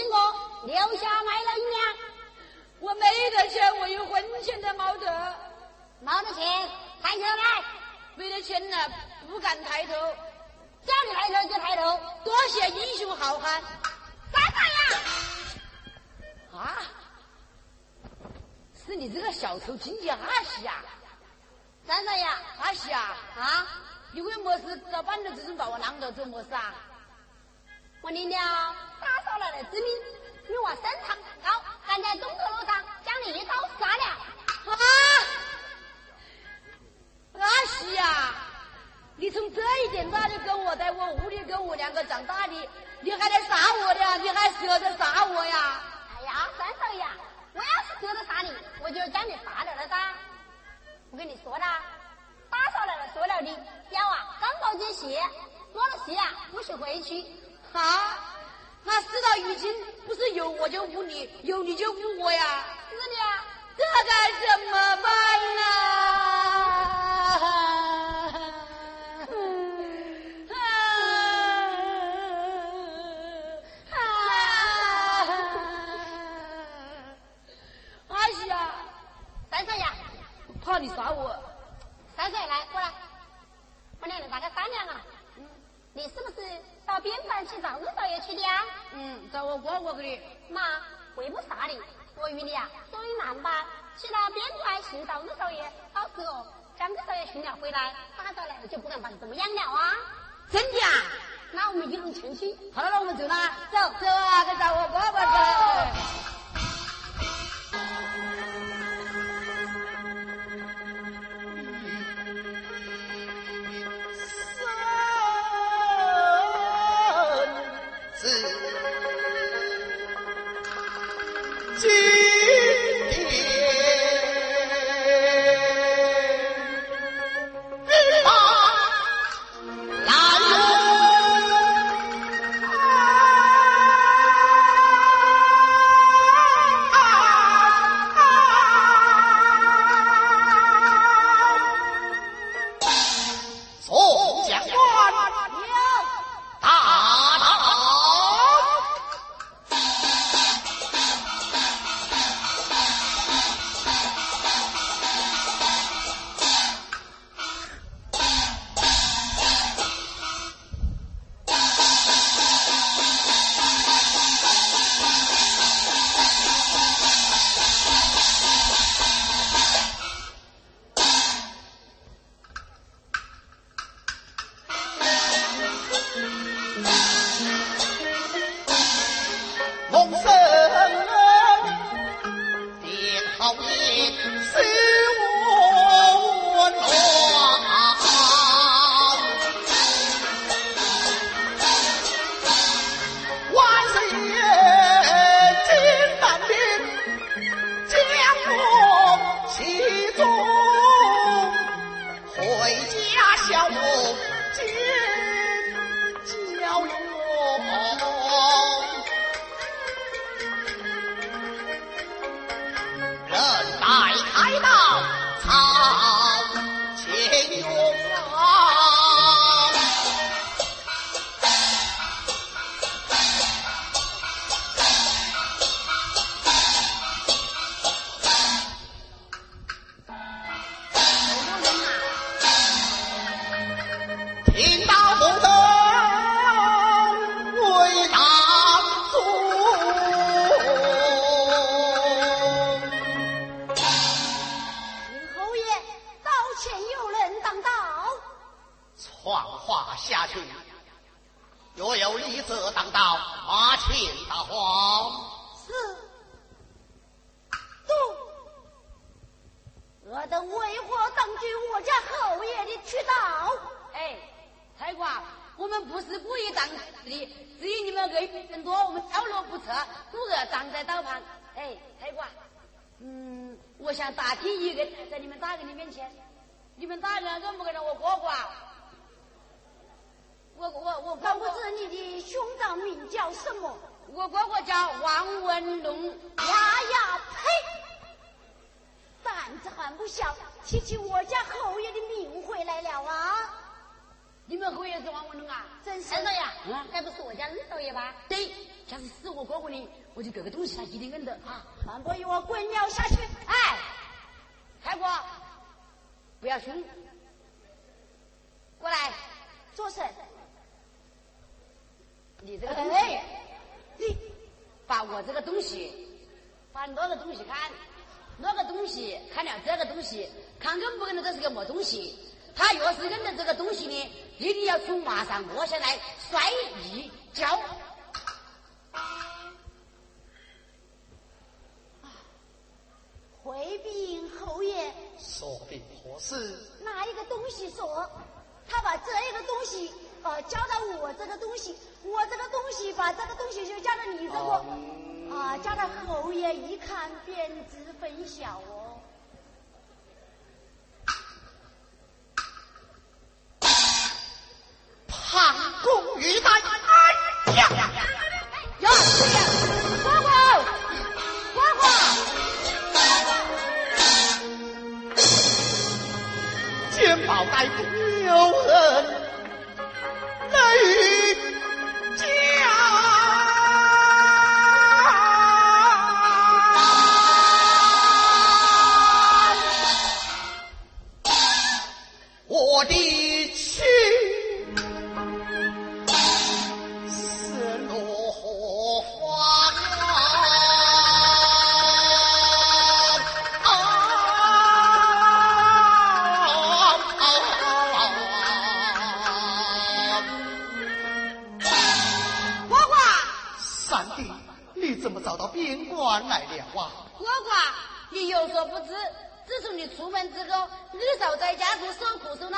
我留下卖了一娘。 我没得钱，我有婚钱的冇得。 冇得钱，抬头来。 没得钱呢，不敢抬头。 叫你抬头就抬头。 多谢英雄好汉。 三少呀！ 啊！是你这个小偷经济阿喜啊！ 三少呀， 阿喜啊！ 啊！ 你为么事找板头之中把我榔头做么事啊？ 我领了打扫来的之命，你往山上高，赶在东头路上将你一刀杀了。 啊！阿喜呀，你从这一点大就跟我在我屋里跟我两个长大的，你还来杀我的呀？你还舍得杀我呀？ 哎呀，三少爷，我要是舍得杀你，我就将你杀了了噻。我跟你说了，打扫来了说了的，要啊刚包件鞋，做了鞋啊不许回去。 啊，那事到如今，不是有我就无你，有你就无我呀？ 是的呀， 这该怎么办呢？阿喜啊， 三少爷， 怕你杀我。 三少爷来过来，我俩人大概商量啊。你是不是到边关去找日少爷去的呀？ 找我哥哥去的。 妈，为不杀你，我与你啊属于难办，去到边关寻找日少爷，到时候将日少爷寻了回来，打扫来了就不敢把你怎么样了啊？ 真的啊？ 那我们一同前去。 好了，那我们走啦。 走走啊，去找我哥哥去。我想打第一个在你们大人的面前，你们大人认不认得我哥哥啊？我哥不知你的兄长名叫什么？ 我哥哥叫王文龙。 呀，呸！胆子还不小，提起我家侯爷的名讳来了啊！ 你们侯爷也是王文龙啊？ 真是。二少爷，该不是我家二少爷吧？ 对，假是死我哥哥的，我就这个东西他一定认得啊。 范伯与我滚了下去。 哎，开国，不要凶，过来做甚？ 你这个东西，你把我这个东西，把那个东西看，那个东西看了这个东西，看认不认得这是个么东西？他若是认得这个东西呢，一定要从马上落下来摔一跤。 回禀侯爷， 说的何事？ 哪一个东西说？他把这一个东西交到我这个东西，我这个东西把这个东西就交到你这个，交到侯爷一看便知分晓哦。 潘公于在，哎呀！ 呀，姑姑，姑姑。 见宝带有人内家，我的妻是落花三弟，你怎么找到边关来了啊？ 哥哥，你有所不知，自从你出门之后，二嫂在家中受苦受难，